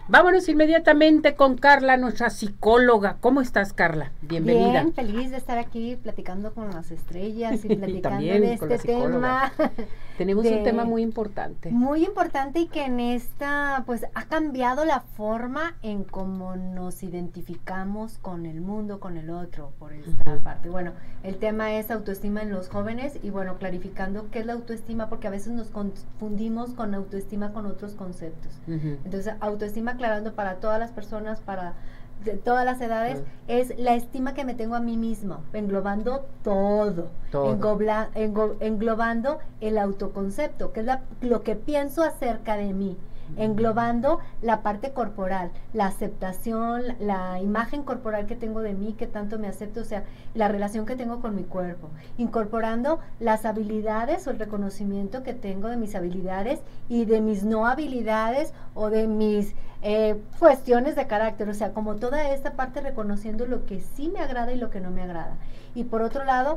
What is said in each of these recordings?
Vámonos inmediatamente con Carla, nuestra psicóloga. ¿Cómo estás, Carla? Bienvenida. Bien, feliz de estar aquí platicando con las estrellas y platicando También de con la este tema. Tenemos un tema muy importante. Muy importante y que en esta, pues, ha cambiado la forma en cómo nos identificamos con el mundo, con el otro, por esta parte. Bueno, el tema es autoestima en los jóvenes y, bueno, clarificando qué es la autoestima, porque a veces nos confundimos con autoestima con otros conceptos. Entonces, autoestima, aclarando para todas las personas, para de todas las edades, es la estima que me tengo a mí mismo, englobando todo. Englobando el autoconcepto, que es lo que pienso acerca de mí, englobando la parte corporal, la aceptación, la imagen corporal que tengo de mí, que tanto me acepto, o sea, la relación que tengo con mi cuerpo, incorporando las habilidades o el reconocimiento que tengo de mis habilidades y de mis no habilidades o de mis cuestiones de carácter, o sea, como toda esta parte reconociendo lo que sí me agrada y lo que no me agrada. Y por otro lado,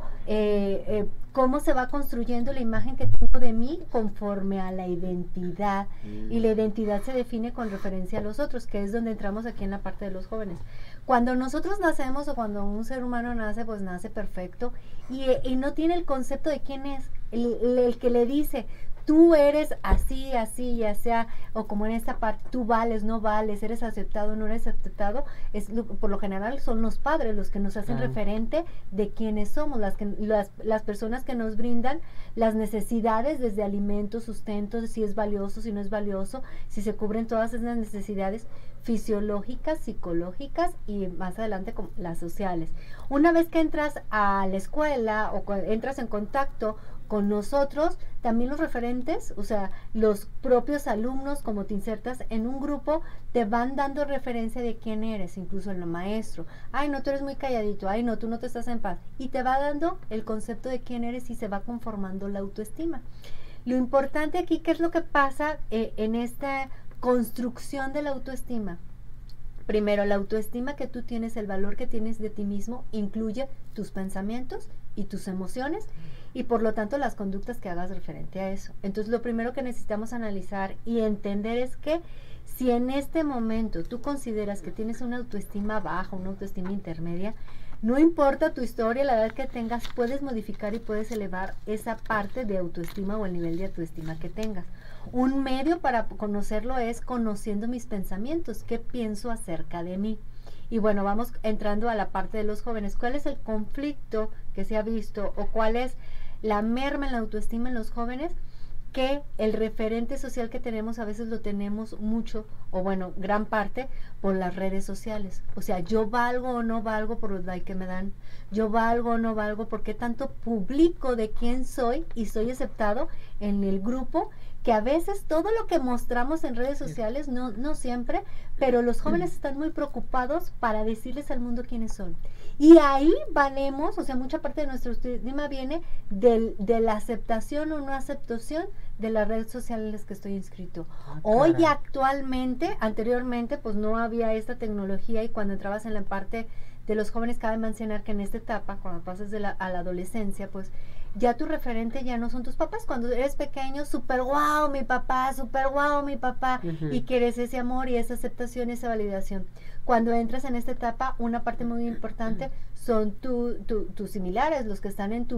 cómo se va construyendo la imagen que tengo de mí conforme a la identidad. Y la identidad se define con referencia a los otros, que es donde entramos aquí en la parte de los jóvenes. Cuando nosotros nacemos o cuando un ser humano nace, pues nace perfecto y no tiene el concepto de quién es, el que le dice, tú eres así, así, ya sea, o como en esta parte, tú vales, no vales, eres aceptado, no eres aceptado, por lo general son los padres los que nos hacen referente de quiénes somos, las personas que nos brindan las necesidades desde alimentos, sustentos, si es valioso, si no es valioso, si se cubren todas esas necesidades fisiológicas, psicológicas y más adelante con las sociales. Una vez que entras a la escuela o entras en contacto con nosotros, también los referentes, o sea, los propios alumnos, como te insertas en un grupo, te van dando referencia de quién eres, incluso el maestro. Ay, no, tú eres muy calladito, ay, no, tú no te estás en paz. Y te va dando el concepto de quién eres y se va conformando la autoestima. Lo importante aquí, ¿qué es lo que pasa en esta construcción de la autoestima? Primero, la autoestima que tú tienes, el valor que tienes de ti mismo, incluye tus pensamientos y tus emociones y por lo tanto las conductas que hagas referente a eso. Entonces lo primero que necesitamos analizar y entender es que si en este momento tú consideras que tienes una autoestima baja, una autoestima intermedia, no importa tu historia, la edad que tengas, puedes modificar y puedes elevar esa parte de autoestima o el nivel de autoestima que tengas. Un medio para conocerlo es conociendo mis pensamientos, qué pienso acerca de mí. Y bueno, vamos entrando a la parte de los jóvenes. ¿Cuál es el conflicto que se ha visto o cuál es la merma en la autoestima en los jóvenes? Que el referente social que tenemos a veces lo tenemos mucho, o bueno, gran parte, por las redes sociales. O sea, yo valgo o no valgo por los likes que me dan. Yo valgo o no valgo porque tanto publico de quién soy y soy aceptado en el grupo, que a veces todo lo que mostramos en redes sociales, no siempre, pero los jóvenes están muy preocupados para decirles al mundo quiénes son. Y ahí valemos, o sea, mucha parte de nuestra autoestima viene de la aceptación o no aceptación de las redes sociales en las que estoy inscrito. Hoy actualmente, anteriormente, pues no había esta tecnología y cuando entrabas en la parte de los jóvenes, cabe mencionar que en esta etapa, cuando pasas a la adolescencia, pues ya tu referente ya no son tus papás. Cuando eres pequeño, súper guau, mi papá, súper guau, mi papá, y quieres ese amor y esa aceptación y esa validación. Cuando entras en esta etapa, una parte muy importante son tus similares, los que están en tu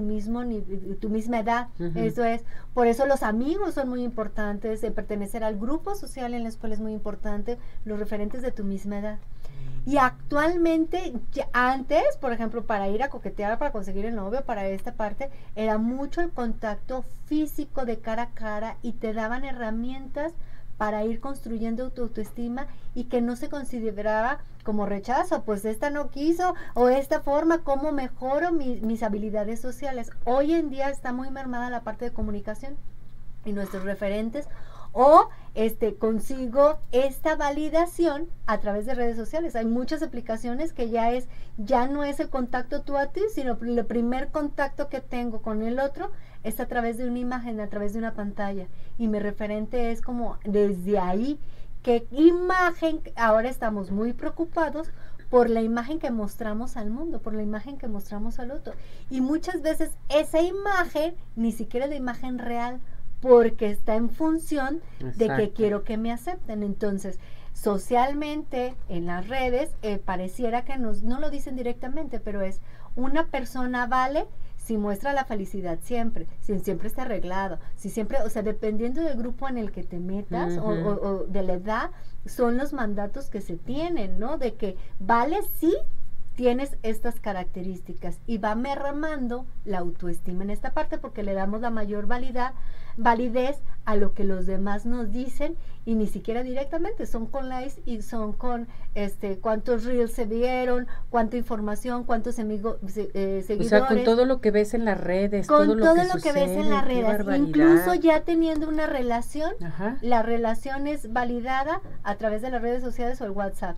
misma edad. Eso es, por eso los amigos son muy importantes, pertenecer al grupo social en la escuela es muy importante, los referentes de tu misma edad. Y actualmente, antes, por ejemplo, para ir a coquetear, para conseguir el novio, para esta parte, era mucho el contacto físico de cara a cara y te daban herramientas para ir construyendo tu autoestima y que no se consideraba como rechazo, pues esta no quiso, o esta forma, ¿cómo mejoro mis habilidades sociales? Hoy en día está muy mermada la parte de comunicación y nuestros referentes o consigo esta validación a través de redes sociales. Hay muchas aplicaciones que ya no es el contacto tú a ti, sino el primer contacto que tengo con el otro es a través de una imagen, a través de una pantalla, y mi referente es como desde ahí, qué imagen. Ahora estamos muy preocupados por la imagen que mostramos al mundo, por la imagen que mostramos al otro, y muchas veces esa imagen ni siquiera es la imagen real, porque está en función de que quiero que me acepten. Entonces, socialmente en las redes pareciera que no lo dicen directamente, pero es una persona vale si muestra la felicidad siempre, si siempre está arreglado, si siempre, o sea, dependiendo del grupo en el que te metas o de la edad, son los mandatos que se tienen, ¿no? De que vale si tienes estas características y va mermando la autoestima en esta parte porque le damos la mayor validez a lo que los demás nos dicen y ni siquiera directamente, son con likes y son con cuántos reels se vieron, cuánta información, cuántos seguidores. O sea, con todo lo que ves en las redes, con todo lo que sucede, ves en las redes, incluso ya teniendo una relación, la relación es validada a través de las redes sociales o el WhatsApp.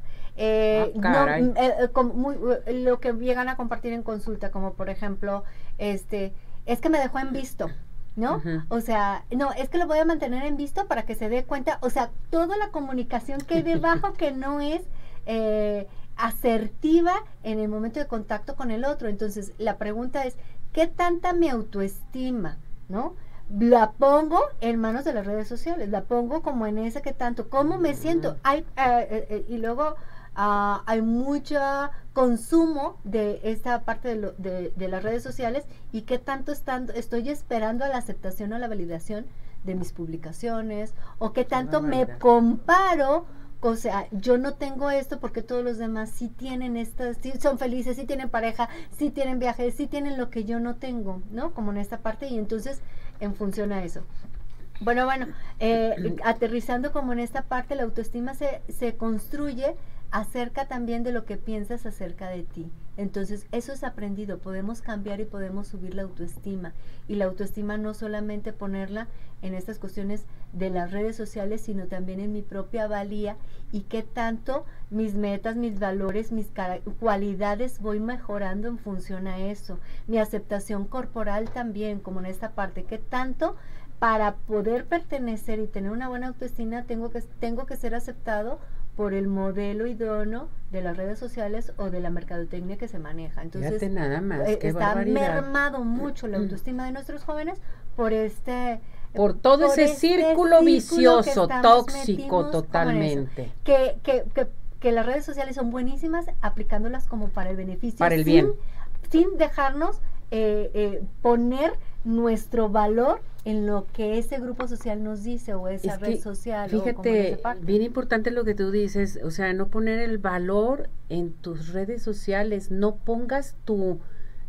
Lo que llegan a compartir en consulta, como por ejemplo, es que me dejó en visto, ¿no? O sea, no, es que lo voy a mantener en visto para que se dé cuenta, o sea, toda la comunicación que hay debajo que no es asertiva en el momento de contacto con el otro. Entonces, la pregunta es, ¿qué tanta mi autoestima, ¿no? La pongo en manos de las redes sociales, la pongo como en esa que tanto, ¿cómo me siento? Y luego hay mucho consumo de esta parte de las redes sociales y qué tanto estoy esperando a la aceptación o la validación de mis publicaciones o qué tanto me comparo. O sea, yo no tengo esto porque todos los demás sí tienen estas, sí son felices, sí tienen pareja, sí tienen viajes, sí tienen lo que yo no tengo, ¿no? Como en esta parte, y entonces en función a eso. Bueno, aterrizando como en esta parte, la autoestima se construye acerca también de lo que piensas acerca de ti. Entonces, eso es aprendido, podemos cambiar y podemos subir la autoestima. Y la autoestima no solamente ponerla en estas cuestiones de las redes sociales, sino también en mi propia valía y qué tanto mis metas, mis valores, mis cualidades voy mejorando en función a eso. Mi aceptación corporal también, como en esta parte, qué tanto para poder pertenecer y tener una buena autoestima tengo que ser aceptado por el modelo idóneo de las redes sociales o de la mercadotecnia que se maneja. Entonces, fíjate nada más, qué está barbaridad. mermado mucho la autoestima de nuestros jóvenes por todo ese círculo vicioso, tóxico totalmente. Que las redes sociales son buenísimas aplicándolas como para el beneficio, para el bien, sin dejarnos poner nuestro valor en lo que ese grupo social nos dice o esa red social. Fíjate, bien importante lo que tú dices, o sea, no poner el valor en tus redes sociales, no pongas tu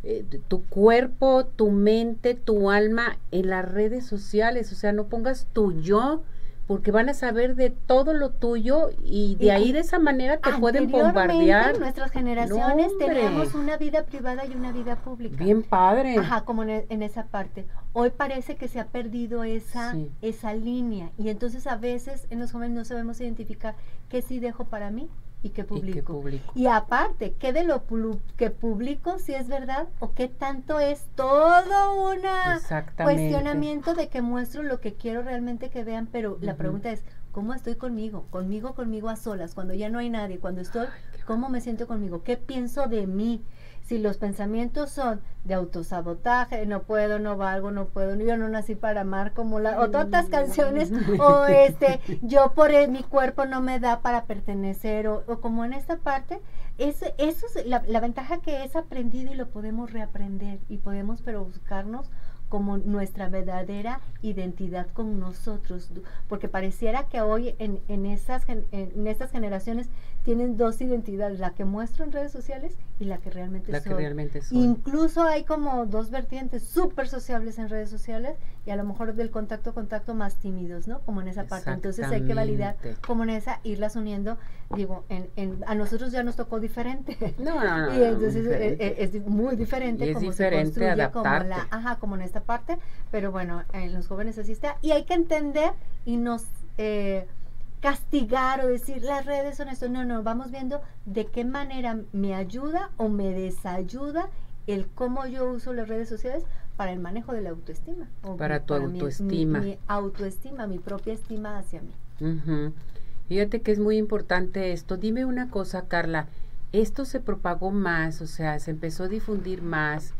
cuerpo, tu mente, tu alma en las redes sociales, o sea, no pongas tu yo, porque van a saber de todo lo tuyo y de ahí de esa manera te pueden bombardear. Nuestras generaciones tenemos una vida privada y una vida pública. Bien padre. Ajá, como en esa parte. Hoy parece que se ha perdido esa línea y entonces a veces en los jóvenes no sabemos identificar qué sí dejo para mí y qué publico. Y aparte, ¿qué de lo que publico si es verdad o qué tanto es todo un cuestionamiento de que muestro lo que quiero realmente que vean? Pero la pregunta es, ¿cómo estoy conmigo a solas, cuando ya no hay nadie, cuando estoy, cómo me siento conmigo, qué pienso de mí? Si los pensamientos son de autosabotaje, no puedo, no valgo, no puedo, yo no nací para amar, como o todas estas canciones, o yo mi cuerpo no me da para pertenecer, o como en esta parte, eso es la ventaja que es aprendido y lo podemos reaprender y podemos pero buscarnos como nuestra verdadera identidad con nosotros, porque pareciera que hoy en estas generaciones tienen dos identidades, la que muestro en redes sociales y la que realmente soy. Incluso hay como dos vertientes súper sociables en redes sociales y a lo mejor del contacto más tímidos, ¿no? Como en esa parte. Entonces hay que validar como en esa, irlas uniendo. Digo, a nosotros ya nos tocó diferente. No. Y entonces es muy diferente. Y es como diferente se construye adaptarte. Como en esta parte, pero bueno, en los jóvenes así está. Y hay que entender y nos castigar o decir las redes son esto. No, vamos viendo de qué manera me ayuda o me desayuda el cómo yo uso las redes sociales para el manejo de la autoestima. Para tu autoestima. Mi autoestima, mi propia estima hacia mí. Fíjate que es muy importante esto. Dime una cosa, Carla, esto se propagó más, o sea, se empezó a difundir más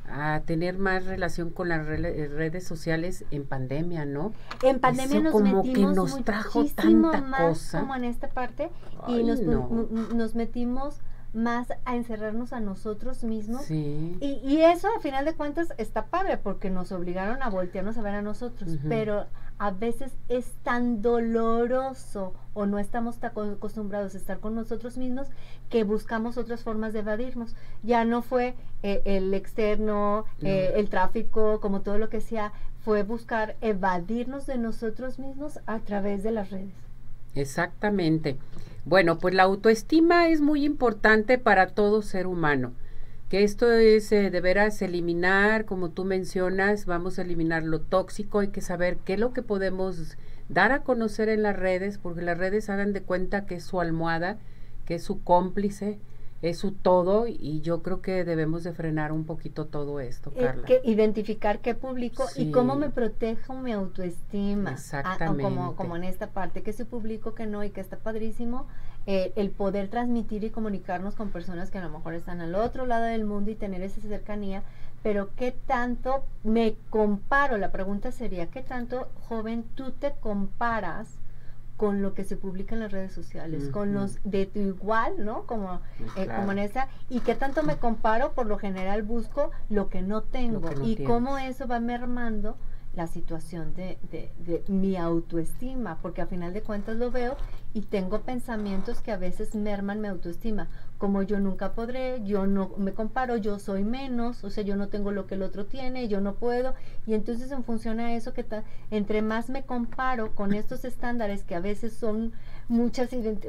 a tener más relación con las redes sociales en pandemia, ¿no? En pandemia Eso nos como metimos que nos trajo muchísimo tanta más cosa. como en esta parte y Ay, no. nos metimos más a encerrarnos a nosotros mismos. Sí. Y eso, a final de cuentas, está padre porque nos obligaron a voltearnos a ver a nosotros, pero a veces es tan doloroso o no estamos tan acostumbrados a estar con nosotros mismos que buscamos otras formas de evadirnos. Ya no fue el externo, el tráfico, como todo lo que sea, fue buscar evadirnos de nosotros mismos a través de las redes. Exactamente. Bueno, pues la autoestima es muy importante para todo ser humano. Que esto es de veras eliminar, como tú mencionas, vamos a eliminar lo tóxico, hay que saber qué es lo que podemos dar a conocer en las redes, porque las redes hagan de cuenta que es su almohada, que es su cómplice, es su todo, y yo creo que debemos de frenar un poquito todo esto, Carla. Que identificar qué publico Sí. y cómo me protejo mi autoestima. Exactamente. Como en esta parte, que si publico, que no, y que está padrísimo, el poder transmitir y comunicarnos con personas que a lo mejor están al otro lado del mundo y tener esa cercanía, pero qué tanto me comparo, la pregunta sería, ¿qué tanto, joven, tú te comparas con lo que se publica en las redes sociales, con los de tu igual, ¿no? Como, claro. como en esa, y qué tanto me comparo, por lo general busco lo que no tengo, que no y tienes. cómo eso va mermando la situación de mi autoestima, porque a final de cuentas lo veo y tengo pensamientos que a veces merman mi autoestima, como yo nunca podré, yo no me comparo, yo soy menos, o sea, yo no tengo lo que el otro tiene, yo no puedo, y entonces en función a eso, entre más me comparo con estos estándares que a veces son mucho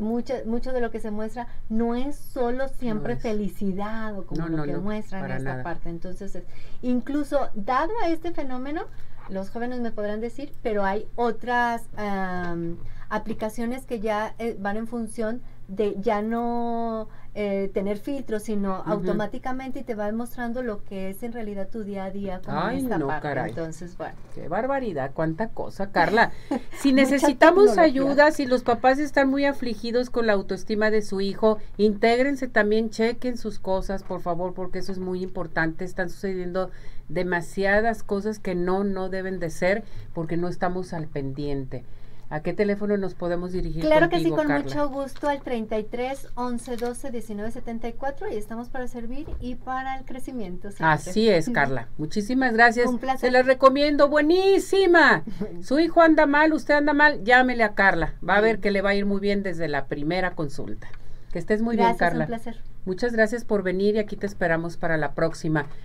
de lo que se muestra, no es solo siempre felicidad o como lo que muestran en esta parte, entonces incluso dado a este fenómeno, los jóvenes me podrán decir, pero hay otras aplicaciones que ya van en función de ya no tener filtros, sino automáticamente y te va mostrando lo que es en realidad tu día a día como esta parte. Caray. Entonces, bueno. Qué barbaridad, cuánta cosa, Carla. Si necesitamos ayuda, si los papás están muy afligidos con la autoestima de su hijo, intégrense también, chequen sus cosas, por favor, porque eso es muy importante. Están sucediendo demasiadas cosas que no deben de ser porque no estamos al pendiente. ¿A qué teléfono nos podemos dirigir? Claro contigo, que sí, con Carla? Mucho gusto al 33 11 12 19 74 y estamos para servir y para el crecimiento. Siempre. Así es, Carla. Muchísimas gracias. Un placer. Se la recomiendo, buenísima. Su hijo anda mal, usted anda mal, llámele a Carla. Va a ver que le va a ir muy bien desde la primera consulta. Que estés muy bien, Carla. Un placer. Muchas gracias por venir y aquí te esperamos para la próxima.